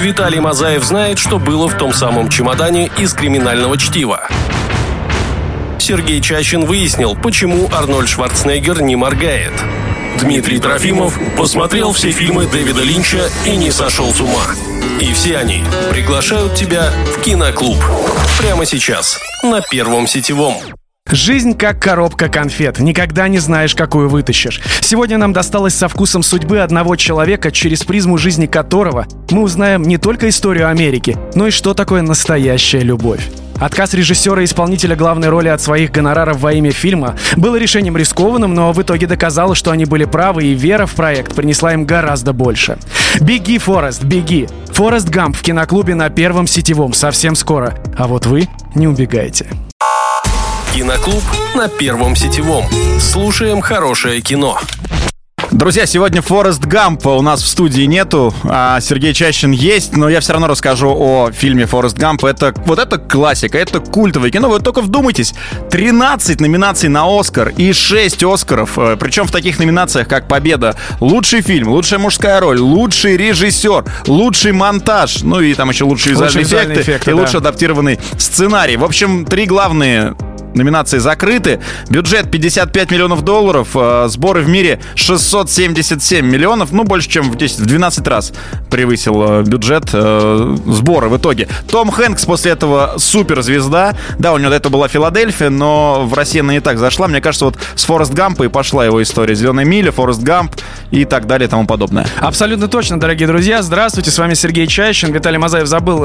Виталий Мазаев знает, что было в том самом чемодане из криминального чтива. Сергей Чащин выяснил, почему Арнольд Шварценеггер не моргает. Дмитрий Трофимов посмотрел все фильмы Дэвида Линча и не сошел с ума. И все они приглашают тебя в киноклуб. Прямо сейчас, на Первом сетевом. Жизнь как коробка конфет. Никогда не знаешь, какую вытащишь. Сегодня нам досталось со вкусом судьбы одного человека, через призму жизни которого мы узнаем не только историю Америки, но и что такое настоящая любовь. Отказ режиссера и исполнителя главной роли от своих гонораров во имя фильма был решением рискованным, но в итоге доказало, что они были правы, и вера в проект принесла им гораздо больше. Беги, Форест, беги! Форест Гамп в киноклубе на Первом сетевом совсем скоро. А вот вы не убегайте. Киноклуб на Первом сетевом. Слушаем хорошее кино. Друзья, сегодня Форест Гампа у нас в студии нету, а Сергей Чащин есть, но я все равно расскажу о фильме Форест Гамп. Это классика, это культовое кино. Вы только вдумайтесь, 13 номинаций на Оскар и 6 Оскаров, причем в таких номинациях, как победа, лучший фильм, лучшая мужская роль, лучший режиссер, лучший монтаж, ну и там еще лучшие визуальные эффекты и лучше адаптированный сценарий. В общем, 3 главные номинации закрыты. Бюджет $55 миллионов, сборы в мире 677 миллионов, ну, больше, чем в 12 раз превысил бюджет сбора в итоге. Том Хэнкс после этого суперзвезда. Да, у него до этого была Филадельфия, но в России она не так зашла. Мне кажется, вот с Форест Гампа и пошла его история. «Зеленая миля», Форест Гамп и так далее и тому подобное. Абсолютно точно, дорогие друзья. Здравствуйте, с вами Сергей Чащин. Виталий Мазаев забыл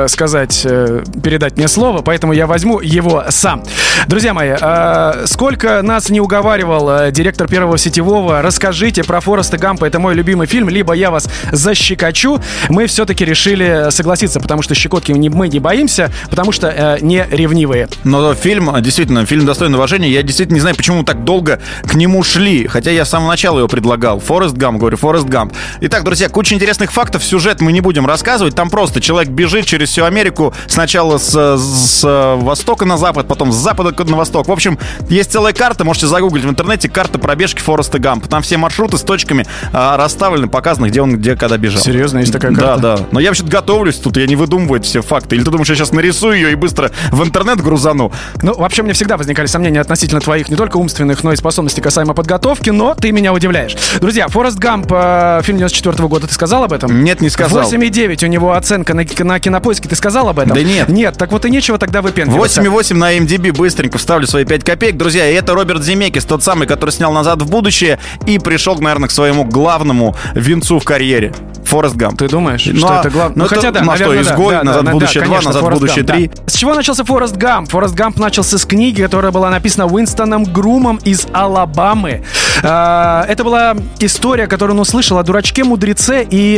передать мне слово, поэтому я возьму его сам. Друзья мои, сколько нас не уговаривал директор Первого сетевого, расскажите про Фореста Гампа, это мой любимый фильм, либо я вас защекочу, мы все-таки решили согласиться, потому что щекотки мы не боимся, потому что не ревнивые. Но фильм, действительно, фильм достойный уважения. Я действительно не знаю, почему так долго к нему шли, хотя я с самого начала его предлагал. Форест Гамп, говорю, Форест Гамп. Итак, друзья, куча интересных фактов, сюжет мы не будем рассказывать, там просто человек бежит через всю Америку, сначала с востока на запад, потом с запада на восток. В общем, есть целая карта, можете загуглить в интернете, карта пробежки Фореста Гампа. Там все маршруты с точками расставлены, показаны, где он, где, когда бежал. Серьезно, есть такая карта? Да. Но я вообще-то готовлюсь тут, я не выдумываю эти все факты. Или ты думаешь, я сейчас нарисую ее и быстро в интернет грузану? Ну, вообще, мне всегда возникали сомнения относительно твоих не только умственных, но и способностей касаемо подготовки, но ты меня удивляешь. Друзья, Форест Гамп, фильм 94 года, ты сказал об этом? Нет, не сказал. 8,9 у него оценка на Кинопоиске, ты сказал об этом? Да нет. Нет, так вот и нечего тогда выпендриваться. 8,8 на IMDb, быстренько вставлю свои 5 копеек. Друзья, и это Роберт Земекис, тот самый, который снял «Назад в будущее» и пришел, наверное, к своему главному венцу в карьере. Форест Гамп. Ты думаешь, что это главное? Ну, хотя да, наверное, «Изгой», «Назад в будущее 2», «Назад в будущее 3». С чего начался Форест Гамп? Форест Гамп начался с книги, которая была написана Уинстоном Грумом из Алабамы. Это была история, которую он услышал о дурачке-мудреце, и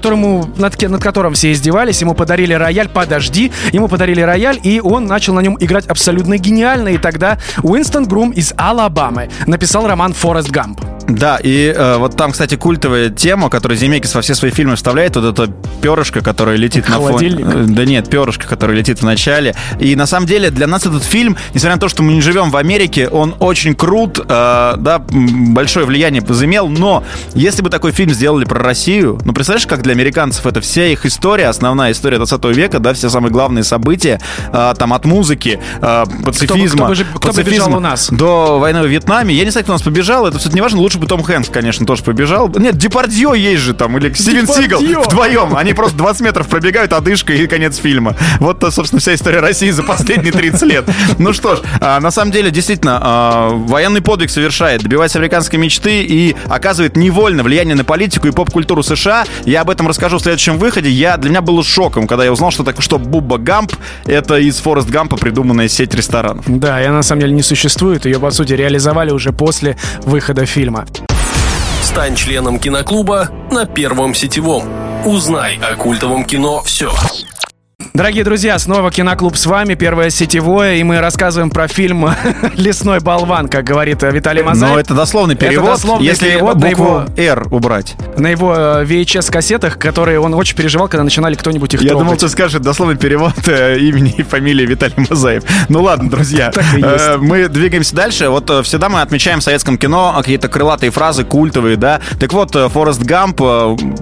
над которым все издевались. Ему подарили рояль, ему подарили рояль, и он начал на нем играть абсолютно гениально. И тогда Уинстон Грум из Алабамы написал роман «Форест Гамп». Да, и вот там, кстати, культовая тема, которую Земекис во все свои фильмы вставляет, вот это перышко, которое летит на фоне. Да нет, перышко, которое летит в начале. И на самом деле для нас этот фильм, несмотря на то, что мы не живем в Америке, он очень крут, да, большое влияние возымел, но если бы такой фильм сделали про Россию, ну, представляешь, как для американцев это вся их история, основная история 20 века, да, все самые главные события, там от музыки, пацифизма, кто бы бежал у нас? До войны в Вьетнаме. Я не знаю, кто у нас побежал, это все не важно, лучше бы Том Хэнкс, конечно, тоже побежал. Нет, Депардье есть же там, или Стивен Сигал вдвоем. Они просто 20 метров пробегают, одышка и конец фильма. Вот, собственно, вся история России за последние 30 лет. Ну что ж, на самом деле, действительно, военный подвиг совершает, добивается американской мечты и оказывает невольно влияние на политику и поп-культуру США. Я об этом расскажу в следующем выходе. Для меня было шоком, когда я узнал, что Бубба Гамп — это из Форест Гампа придуманная сеть ресторанов. Да, и она на самом деле не существует. Ее, по сути, реализовали уже после выхода фильма. Стань членом киноклуба на Первом сетевом. Узнай о культовом кино все. Дорогие друзья, снова Киноклуб с вами, Первое сетевое, и мы рассказываем про фильм «Лесной болван», как говорит Виталий Мазаев. Но это дословный перевод, если букву «Р» убрать. На его VHS-кассетах, которые он очень переживал, когда начинали кто-нибудь их трогать. Я думал, ты скажешь дословный перевод имени и фамилии Виталий Мазаев. Ну ладно, друзья, мы двигаемся дальше. Вот всегда мы отмечаем в советском кино какие-то крылатые фразы, культовые, да. Так вот, Форест Гамп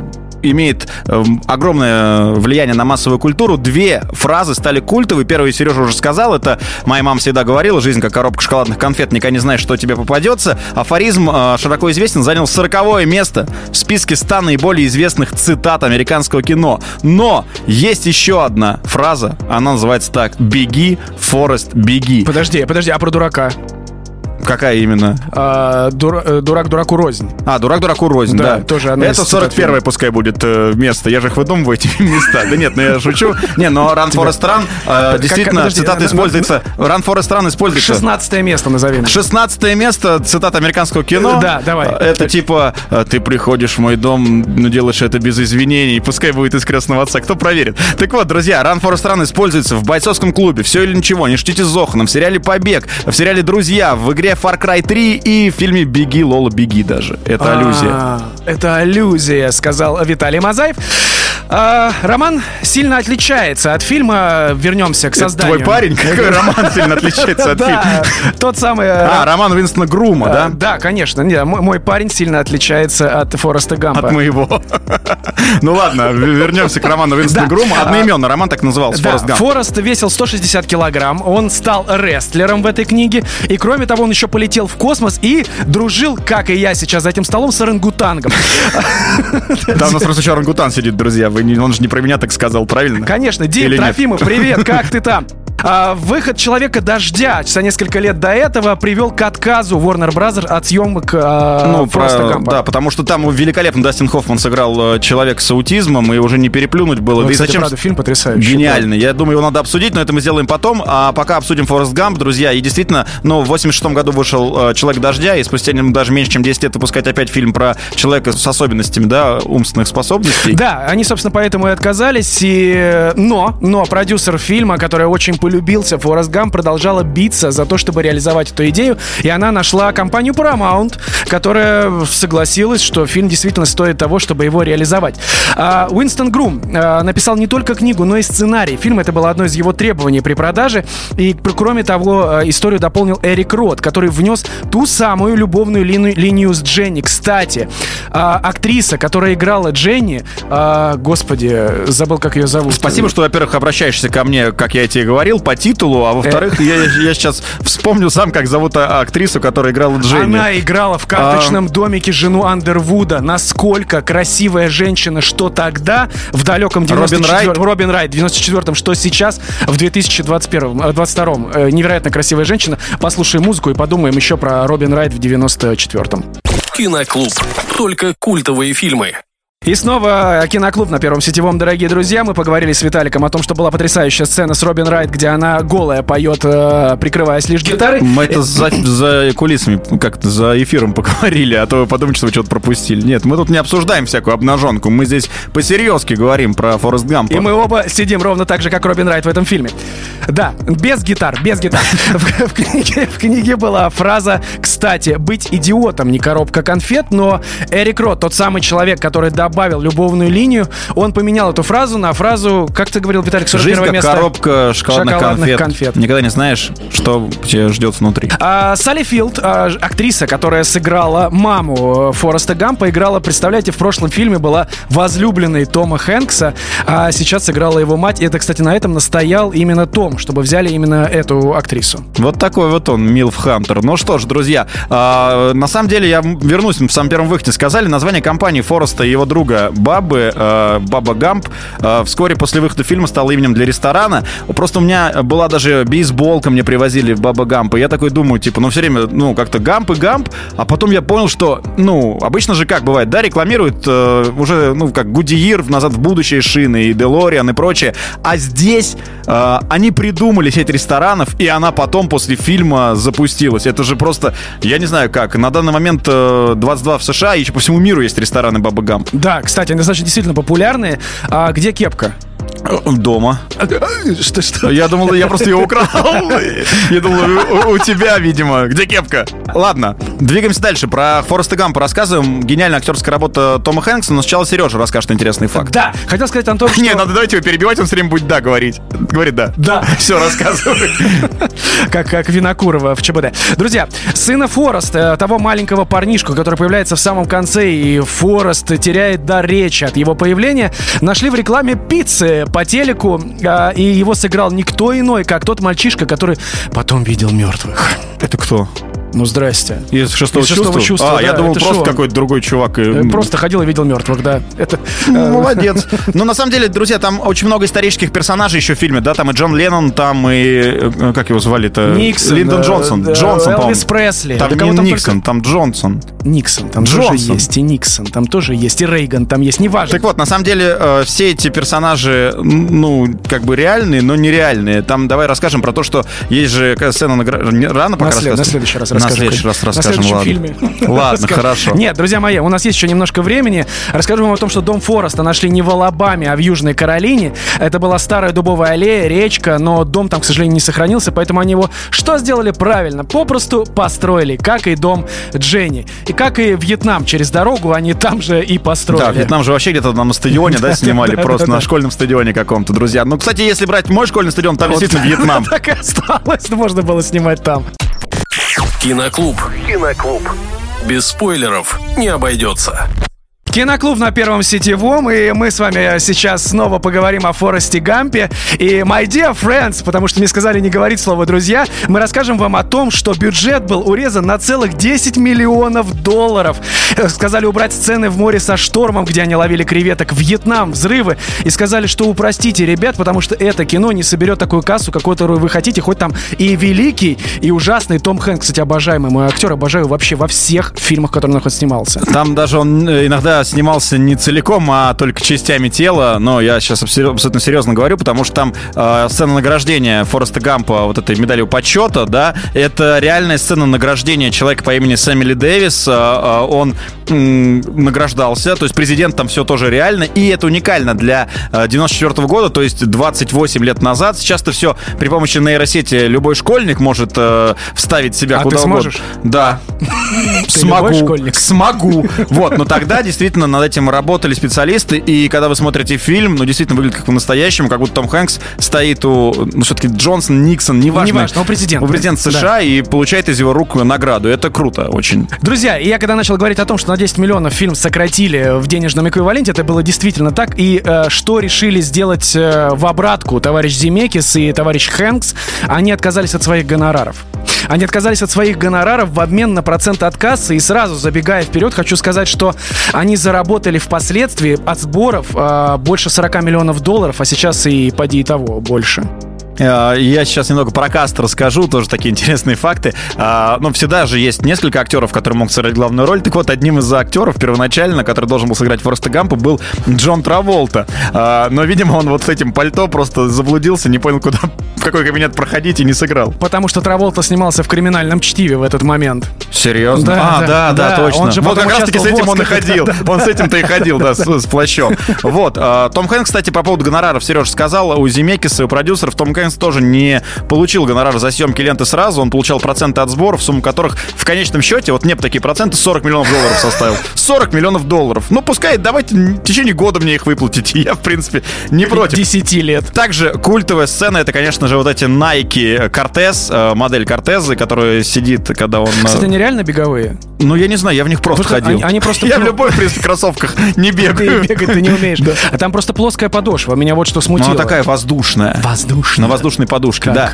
имеет огромное влияние на массовую культуру. Две фразы стали культовой. Первую Сережа уже сказал, это «Моя мама всегда говорила, жизнь как коробка шоколадных конфет, никогда не знаешь, что тебе попадется». Афоризм широко известен, занял 40-е место в списке 100 наиболее известных цитат американского кино. Но есть еще одна фраза, она называется так: «Беги, Форест, беги». Подожди, а про дурака? Какая именно? Дурак дураку рознь. Дурак дураку рознь, да. Тоже это 41-е пускай будет место. Я же их выдумываю, эти места. Да нет, я шучу. Не, но Run, Forest, Run действительно цитата используется. Run, Forest, Run используется. 16-е место назови. 16-е место, цитата американского кино. Да, давай. Это типа: «Ты приходишь в мой дом, но делаешь это без извинений, пускай будет из «Крестного отца». Кто проверит?» Так вот, друзья, Run, Forest, Run используется в «Бойцовском клубе», «Все или ничего», «Не шутите с Зоханом», в сериале «Побег», в сериале «Друзья», в игре Far Cry 3 и в фильме «Беги, Лола, беги» даже. Это аллюзия. Это аллюзия, сказал Виталий Мазаев. Роман сильно отличается от фильма. Вернемся к созданию. Твой парень? Какой роман сильно отличается от фильма? Тот самый... роман Уинстона Грума, да? Да, конечно. Мой парень сильно отличается от Фореста Гампа. От моего. Ну ладно, вернемся к роману Уинстона Грума. Одноименно роман так назывался, Форест Гамп. Форест весил 160 килограмм. Он стал рестлером в этой книге. И кроме того, он еще полетел в космос и дружил, как и я сейчас за этим столом, с орангутангом. Да, у нас просто еще орангутан сидит, друзья. Он же не про меня так сказал, правильно? Конечно. Дим Трофимов, привет, как ты там? Выход «Человека-дождя» за несколько лет до этого привел к отказу Warner Bros. От съемок Фореста Гампа. Да, потому что там великолепно Дастин Хоффман сыграл человека с аутизмом, и уже не переплюнуть было. Ну, кстати, правда, фильм потрясающий. Гениальный. Я думаю, его надо обсудить, но это мы сделаем потом. А пока обсудим «Форест Гамп», друзья. И действительно, в 86-м году вышел «Человек-дождя», и спустя даже меньше, чем 10 лет выпускать опять фильм про человека с особенностями, да, умственных способностей. Да, они, собственно, поэтому и отказались. Но продюсер фильма, который очень полюбился, Форест Гамп, продолжала биться за то, чтобы реализовать эту идею, и она нашла компанию Paramount, которая согласилась, что фильм действительно стоит того, чтобы его реализовать. Уинстон Грум написал не только книгу, но и сценарий. Фильм — это было одно из его требований при продаже, и, кроме того, историю дополнил Эрик Рот, который внес ту самую любовную линию с Дженни. Кстати, актриса, которая играла Дженни, господи, забыл, как ее зовут. Спасибо, что, во-первых, обращаешься ко мне, как я тебе говорил, по титулу, а во-вторых, я сейчас вспомню сам, как зовут актрису, которая играла Дженни. Она играла в «Карточном домике» жену Андервуда. Насколько красивая женщина, что тогда, в далеком 94-м, Робин Райт в 94-м, что сейчас, в 2022-м. Невероятно красивая женщина. Послушай музыку и подумаем еще про Робин Райт в 94-м. Киноклуб. Только культовые фильмы. И снова Киноклуб на Первом сетевом, дорогие друзья. Мы поговорили с Виталиком о том, что была потрясающая сцена с Робин Райт, где она голая поет, прикрываясь лишь гитарой. Мы это за кулисами, как-то за эфиром поговорили, а то вы подумаете, что вы что-то пропустили. Нет, мы тут не обсуждаем всякую обнаженку, мы здесь по-серьезки говорим про Форест Гампа. И мы оба сидим ровно так же, как Робин Райт в этом фильме. Да, без гитар. В книге была фраза: «Кстати, быть идиотом не коробка конфет», но Эрик Рот, тот самый человек, который добавил любовную линию, он поменял эту фразу на фразу, как ты говорил, Виталик, 41 место. Жизнь как коробка шоколадных конфет. Никогда не знаешь, что тебя ждет внутри. Салли Филд, актриса, которая сыграла маму Фореста Гампа, играла, представляете, в прошлом фильме была возлюбленной Тома Хэнкса, а сейчас сыграла его мать. И это, кстати, на этом настоял именно Том, чтобы взяли именно эту актрису. Вот такой вот он, Милф Хантер. Ну что ж, друзья, на самом деле я вернусь, в самом первом выходе сказали, название компании Фореста и его друга Бабы, Баба Гамп, вскоре после выхода фильма стало именем для ресторана. Просто у меня была даже бейсболка, мне привозили Баба Гампа. Я такой думаю, типа, все время, как-то Гамп и Гамп. А потом я понял, что, обычно же как бывает, да, рекламируют уже, как Гудьер, назад в будущее шины, и Делориан, и прочее. А здесь они придумали сеть ресторанов, и она потом после фильма запустилась. Это же просто, я не знаю как, на данный момент 22 в США, и еще по всему миру есть рестораны Баба Гамп. Да, кстати, они достаточно действительно популярные. А где кепка? Дома. Что? Я думал, я просто ее украл. Я думал, у тебя, видимо. Где кепка? Ладно, двигаемся дальше. Про Форреста Гампа рассказываем. Гениальная актерская работа Тома Хэнкса. Но сначала Сережа расскажет интересный факт. Да, хотел сказать, Антон, что... Не, надо давайте его перебивать, он все время будет «да» говорить. Говорит «да». Да. Все, рассказывай. Как Винокурова в ЧБД. Друзья, сына Форреста, того маленького парнишку, который появляется в самом конце, и Форрест теряет дар речи от его появления, нашли в рекламе пиццы по телеку, и его сыграл никто иной, как тот мальчишка, который потом видел мертвых. Это кто? Ну, здрасте. Из шестого чувства? Да, я думал, просто какой-то другой чувак. Просто ходил и видел мертвых, да. Это... Молодец. Ну, на самом деле, друзья, там очень много исторических персонажей еще в фильме, да? Там и Джон Леннон, там и... Как его звали-то? Никсон. Линдон Джонсон. Джонсон, Элвис Пресли. Там не Никсон, там Джонсон. Никсон, там тоже есть. И Никсон, там тоже есть. И Рейган, там есть. Неважно. Так вот, на самом деле, все эти персонажи, ну, как бы реальные, но нереальные. Там давай расскажем про то, что есть же сцена рано пока рассказывать. На следующий раз расскажем. На следующий раз расскажем. На следующем фильме. Ладно, хорошо. Нет, друзья мои, у нас есть еще немножко времени. Расскажу вам о том, что дом Форреста нашли не в Алабаме, а в Южной Каролине. Это была старая дубовая аллея, речка, но дом там, к сожалению, не сохранился, поэтому они его что сделали правильно? Попросту построили, как и дом Дженни. И как и Вьетнам через дорогу, они там же и построили. Да, Вьетнам же вообще где-то там на стадионе, да, снимали, просто на школьном стадионе каком-то, друзья. Ну, кстати, если брать мой школьный стадион, там действительно Вьетнам. Так и осталось, можно было снимать там. Киноклуб. Без спойлеров не обойдется. Киноклуб на Первом сетевом, и мы с вами сейчас снова поговорим о Форресте Гампе. И my dear friends, потому что мне сказали не говорить слово «друзья», мы расскажем вам о том, что бюджет был урезан на целых $10 миллионов. Сказали убрать сцены в море со штормом, где они ловили креветок, Вьетнам, взрывы. И сказали, что упростите, ребят, потому что это кино не соберет такую кассу, которую вы хотите, хоть там и великий, и ужасный Том Хэнкс, кстати, обожаемый мой актер, обожаю вообще во всех фильмах, в которых он хоть снимался. Там даже он иногда снимался не целиком, а только частями тела, но я сейчас абсолютно серьезно говорю, потому что там сцена награждения Форреста Гампа вот этой медалью почета, да, это реальная сцена награждения человека по имени Сэмюэл Дэвис, он награждался, то есть президент там все тоже реально, и это уникально для 94 года, то есть 28 лет назад. Сейчас-то все при помощи нейросети любой школьник может вставить себя куда угодно. Сможешь? Да. Смогу. Вот, но тогда действительно над этим работали специалисты, и когда вы смотрите фильм, ну, действительно выглядит как по-настоящему, как будто Том Хэнкс стоит у, ну, все-таки Джонсон, Никсон, неважно, у президента. У президента США, да. И получает из его рук награду. Это круто очень. Друзья, я когда начал говорить о том, что на 10 миллионов фильм сократили в денежном эквиваленте, это было действительно так, и что решили сделать в обратку товарищ Земекис и товарищ Хэнкс, они отказались от своих гонораров. Они отказались от своих гонораров в обмен на процент от кассы. И сразу, забегая вперед, хочу сказать, что они заработали впоследствии от сборов больше $40 миллионов, а сейчас и поди и того больше. Я сейчас немного про каст расскажу, тоже такие интересные факты. Но всегда же есть несколько актеров, которые могут сыграть главную роль. Так вот, одним из актеров первоначально, который должен был сыграть Форреста Гампа, был Джон Траволта. Но, видимо, он вот с этим пальто просто заблудился, не понял, куда, в какой кабинет проходить, и не сыграл. Потому что Траволта снимался в «Криминальном чтиве» в этот момент. Серьезно? Да, точно. Он же вот как раз-таки с этим он и ходил. Он с этим-то и ходил, да, с плащом. Вот. Том Хэнкс, кстати, по поводу гонораров, Сережа сказал, у Земекиса и у продюсеров Том Хэнкс тоже не получил гонорар за съемки ленты сразу, он получал проценты от сборов, сумму которых в конечном счете, вот мне бы такие проценты, $40 миллионов составил. $40 миллионов. Ну, пускай, давайте в течение года мне их выплатите. Я, в принципе, не против. 10 лет. Также культовая сцена, это, конечно же, вот эти Nike Cortez, модель Кортезы, которая сидит, когда он... Кстати, они реально беговые? Ну, я не знаю, я в них просто ходил. Они просто... Я в любой, в принципе, кроссовках не бегаю. Ты бегать ты не умеешь. А там просто плоская подошва. Меня вот что смутило. Она такая воздушная. На воздушной подушке, да.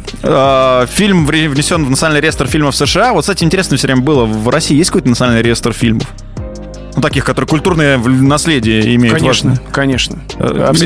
Фильм внесен в Национальный реестр фильмов США. Вот, кстати, интересно все время было, в России есть какой-то Национальный реестр фильмов? Ну, таких, которые культурное наследие имеют. Конечно. В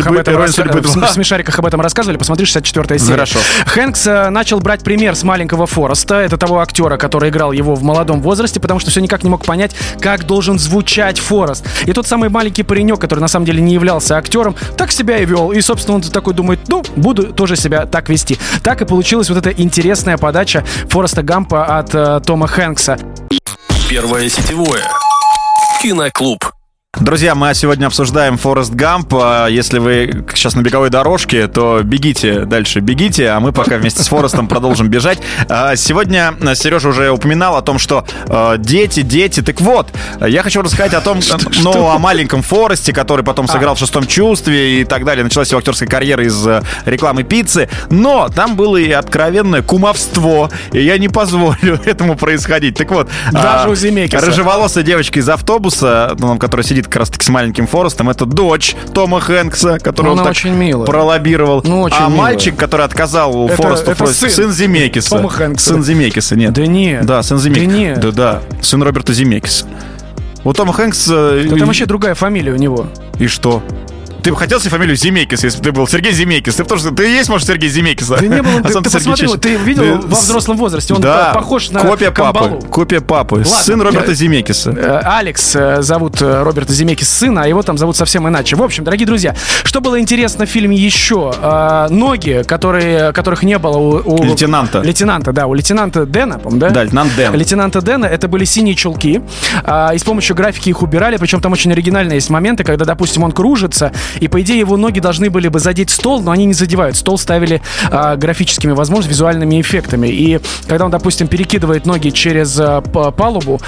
«Смешариках» об этом рассказывали. Посмотри 64-я серия. Хорошо. Хэнкс начал брать пример с маленького Форреста. Это того актера, который играл его в молодом возрасте, потому что все никак не мог понять, как должен звучать Форрест. И тот самый маленький паренек, который на самом деле не являлся актером, так себя и вел. И, собственно, он такой думает, ну, буду тоже себя так вести. Так и получилась вот эта интересная подача Форреста Гампа от Тома Хэнкса. Первое сетевое. Киноклуб. Друзья, мы сегодня обсуждаем Форест Гамп. Если вы сейчас на беговой дорожке, то бегите дальше, бегите, а мы пока вместе с Форестом продолжим бежать. Сегодня Сережа уже упоминал о том, что дети. Так вот, я хочу рассказать о том, о маленьком Форесте, который потом сыграл в «Шестом чувстве» и так далее. Началась его актерская карьера из рекламы пиццы. Но там было и откровенное кумовство, и я не позволю этому происходить. Так вот, даже у Земекиса. Рыжеволосая девочка из автобуса, которая сидит как раз-таки с маленьким Форестом, это дочь Тома Хэнкса, которого он так пролоббировал. Мальчик, который отказал Форесту, сын Земекиса. Тома Хэнкса. Сын Земекиса, нет. Да нет. Да, сын Земекиса. Да, сын Роберта Земекиса. У Тома Хэнкса... Там вообще другая фамилия у него. И что? Ты бы хотел себе фамилию Земекис, если бы ты был Сергей Земекис? Ты есть, может, Сергей Земекис? Да не было, ты посмотрел, ты видел во взрослом возрасте? Он похож на Камбалу. Копия папы. Сын Роберта Земекиса. Алекс зовут Роберта Земекис сына, а его там зовут совсем иначе. В общем, дорогие друзья, что было интересно в фильме еще? Ноги, которых не было у лейтенанта. У лейтенанта Дэна, по-моему, да? Да, лейтенант Дэн. Лейтенанта Дэна, это были синие чулки, и с помощью графики их убирали, причем там очень оригинальные есть моменты, когда, допустим, он кружится, и, по идее, его ноги должны были бы задеть стол, но они не задевают. Стол ставили графическими возможностями, визуальными эффектами. И когда он, допустим, перекидывает ноги через палубу,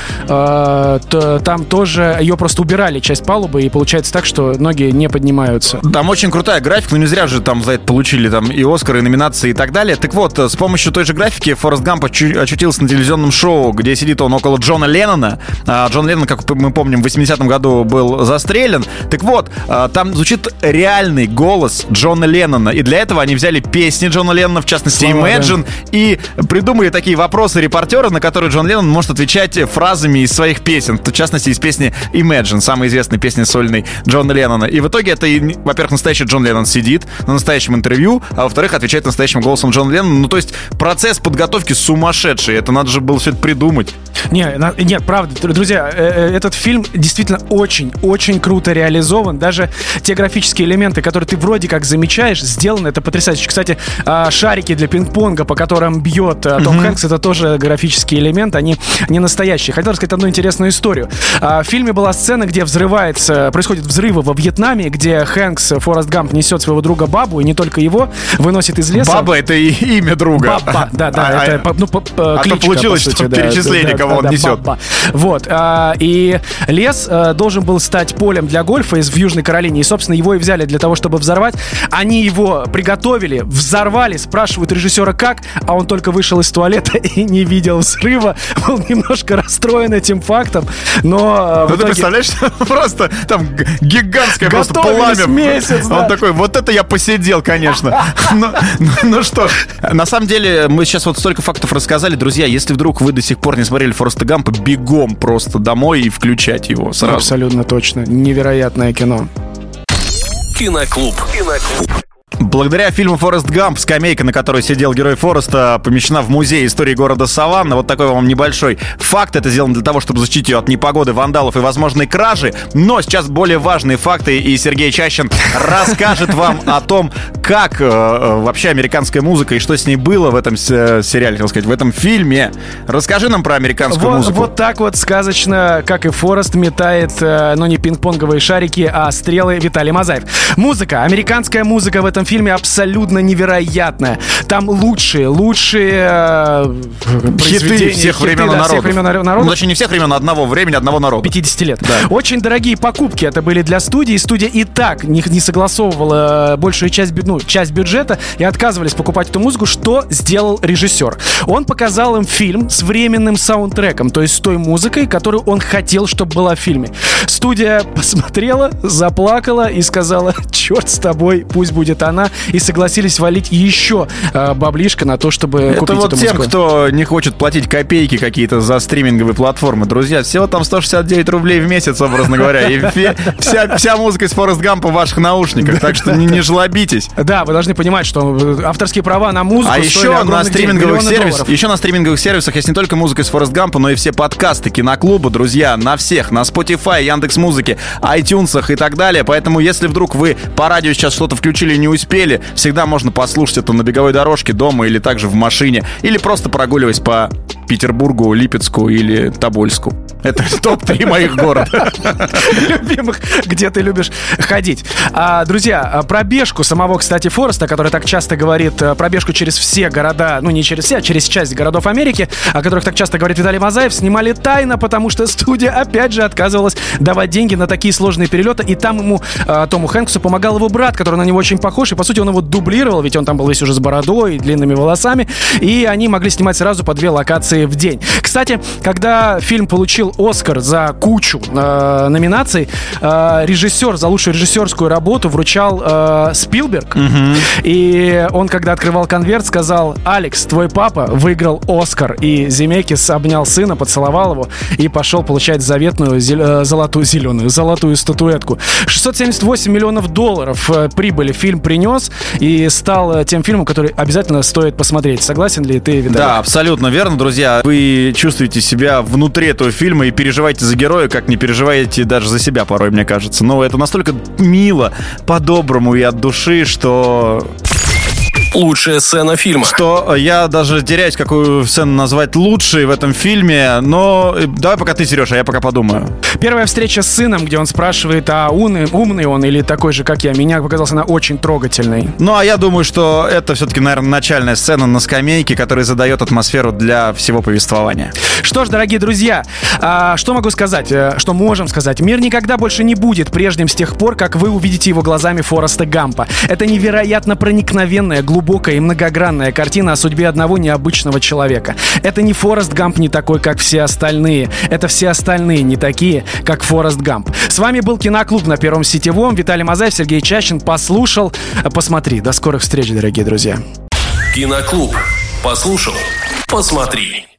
там тоже ее просто убирали, часть палубы, и получается так, что ноги не поднимаются. Там очень крутая графика, но не зря же там за это получили там и Оскары, и номинации, и так далее. Так вот, с помощью той же графики Форест Гамп очутился на телевизионном шоу, где сидит он около Джона Леннона. Джон Леннон, как мы помним, в 80-м году был застрелен. Так вот, там звучит реальный голос Джона Леннона. И для этого они взяли песни Джона Леннона, в частности Imagine, и придумали такие вопросы репортера, на которые Джон Леннон может отвечать фразами из своих песен. В частности, из песни Imagine, самой известной песни сольной Джона Леннона. И в итоге это, во-первых, настоящий Джон Леннон сидит на настоящем интервью, а во-вторых, отвечает настоящим голосом Джона Леннона. Ну, то есть процесс подготовки сумасшедший. Это надо же было все это придумать. Нет, правда, друзья, этот фильм действительно очень круто реализован. Даже те графические элементы, которые ты вроде как замечаешь, сделаны, это потрясающе. Кстати, шарики для пинг-понга, по которым бьет Том Хэнкс, это тоже графический элемент, они не настоящие. Хотел рассказать одну интересную историю. В фильме была сцена, где происходят взрывы во Вьетнаме, где Хэнкс, Форест Гамп, несет своего друга Бабу, и не только его, выносит из леса. Баба — это и имя друга. Баба, да, это кличка, то получилось, что перечисление, кого он несет. Баба. Вот, и лес должен был стать полем для гольфа в Южной Каролине, и, собственно, его и взяли для того, чтобы взорвать. Они его приготовили, взорвали, спрашивают режиссера как, а он только вышел из туалета и не видел взрыва. Был немножко расстроен этим фактом, но ты представляешь, просто там гигантское просто пламя. Месяц, он такой, вот это я посидел, конечно. Ну что, на самом деле, мы сейчас вот столько фактов рассказали. Друзья, если вдруг вы до сих пор не смотрели Фореста Гампа, бегом просто домой и включать его сразу. Абсолютно точно. Невероятное кино. Киноклуб. Благодаря фильму «Форест Гамп» скамейка, на которой сидел герой Фореста, помещена в музей истории города Саванна. Вот такой вам небольшой факт. Это сделано для того, чтобы защитить ее от непогоды, вандалов и возможной кражи. Но сейчас более важные факты, и Сергей Чащин расскажет вам о том, как вообще американская музыка и что с ней было в этом сериале, хотел сказать, в этом фильме. Расскажи нам про американскую музыку. Вот так вот сказочно, как и Форест, метает, но не пинг-понговые шарики, а стрелы Виталий Мазаев. Музыка, американская музыка в этом фильме абсолютно невероятная. Там лучшие хиты всех времен народов. Ну, точнее, не всех времен, а одного времени, одного народа. 50 лет. Да. Очень дорогие покупки это были для студии. Студия и так не согласовывала большую часть бюджета и отказывались покупать эту музыку. Что сделал режиссер? Он показал им фильм с временным саундтреком, то есть с той музыкой, которую он хотел, чтобы была в фильме. Студия посмотрела, заплакала и сказала: черт с тобой, пусть будет она. И согласились валить еще баблишко на то, чтобы купить эту музыку. Это вот тем, кто не хочет платить копейки какие-то за стриминговые платформы. Друзья, всего там 169 рублей в месяц, образно говоря. И вся музыка из Форест Гампа в ваших наушниках. Так что не жлобитесь. Да, вы должны понимать, что авторские права на музыку еще на стриминговых сервисах есть не только музыка из Форест Гампа, но и все подкасты Киноклуба, друзья, на всех. На Spotify, Яндекс.Музыке, iTunes и так далее. Поэтому, если вдруг вы по радио сейчас что-то включили и не успели, всегда можно послушать это на беговой дорожке, дома или также в машине, или просто прогуливаясь по Петербургу, Липецку или Тобольску. Это топ-3 моих города. Любимых, где ты любишь ходить. Друзья, пробежку самого, кстати, Фореста, который так часто говорит, пробежку через все города, ну не через все, а через часть городов Америки, о которых так часто говорит Виталий Мазаев, снимали тайно, потому что студия опять же отказывалась давать деньги на такие сложные перелеты, и там ему, Тому Хэнксу, помогал его брат, который на него очень похож, и по сути он его дублировал, ведь он там был весь уже с бородой и длинными волосами, и они могли снимать сразу по 2 локации в день. Кстати, когда фильм получил Оскар за кучу номинаций, режиссер за лучшую режиссерскую работу вручал Спилберг. И он, когда открывал конверт, сказал: «Алекс, твой папа выиграл Оскар». И Земекис обнял сына, поцеловал его и пошел получать заветную золотую статуэтку. $678 миллионов прибыли фильм принес и стал тем фильмом, который обязательно стоит посмотреть. Согласен ли ты, Виталий? Да, абсолютно верно, друзья. Вы чувствуете себя внутри этого фильма и переживаете за героя, как не переживаете даже за себя порой, мне кажется. Но это настолько мило, по-доброму и от души, что... Лучшая сцена фильма. Что я даже теряюсь, какую сцену назвать лучшей в этом фильме. Но давай пока ты, Сереж, а я пока подумаю. Первая встреча с сыном, где он спрашивает, а умный он или такой же, как я. Меня показалась она очень трогательной. Ну, а я думаю, что это все-таки, наверное, начальная сцена на скамейке, которая задает атмосферу для всего повествования. Что ж, дорогие друзья, что могу сказать, что можем сказать? Мир никогда больше не будет прежним с тех пор, как вы увидите его глазами Фореста Гампа. Это невероятно проникновенная, глубокая и многогранная картина о судьбе одного необычного человека. Это не Форест Гамп не такой, как все остальные. Это все остальные не такие, как Форест Гамп. С вами был Киноклуб на Первом Сетевом. Виталий Мазаев, Сергей Чащин. Послушал, посмотри. До скорых встреч, дорогие друзья. Киноклуб. Послушал, посмотри.